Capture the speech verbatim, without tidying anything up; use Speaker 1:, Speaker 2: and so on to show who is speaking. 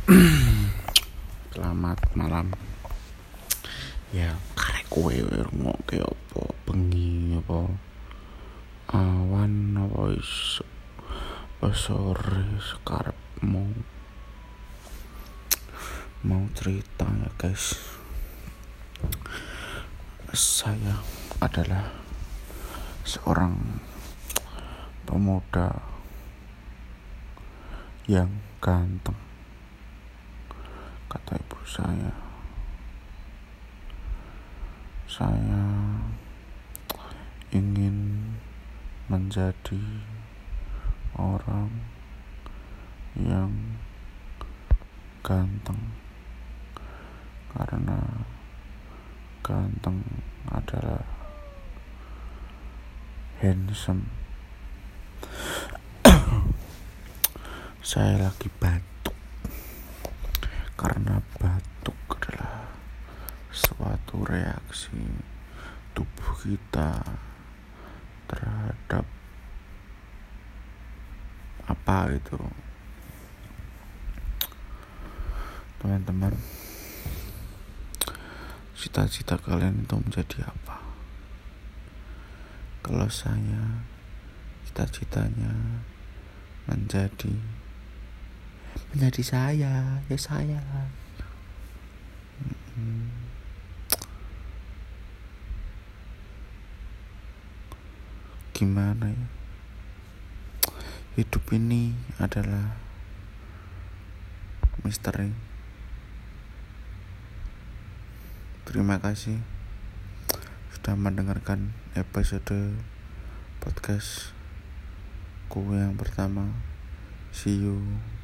Speaker 1: Selamat malam. Ya, karek kowe ngoke apa bengi apa awan apa wis sore sekarepmu. Mau cerita ya guys. Saya adalah seorang pemuda yang ganteng, kata ibu saya. Saya ingin menjadi orang yang ganteng karena ganteng adalah handsome. Saya lagi batuk karena batuk adalah suatu reaksi tubuh kita terhadap apa itu. Teman-teman, cita-cita kalian itu menjadi apa? Kalau saya, cita-citanya menjadi menjadi saya, ya saya. Hmm. Gimana ya? Hidup ini adalah misteri. Terima kasih sudah mendengarkan episode podcast ku yang pertama. See you.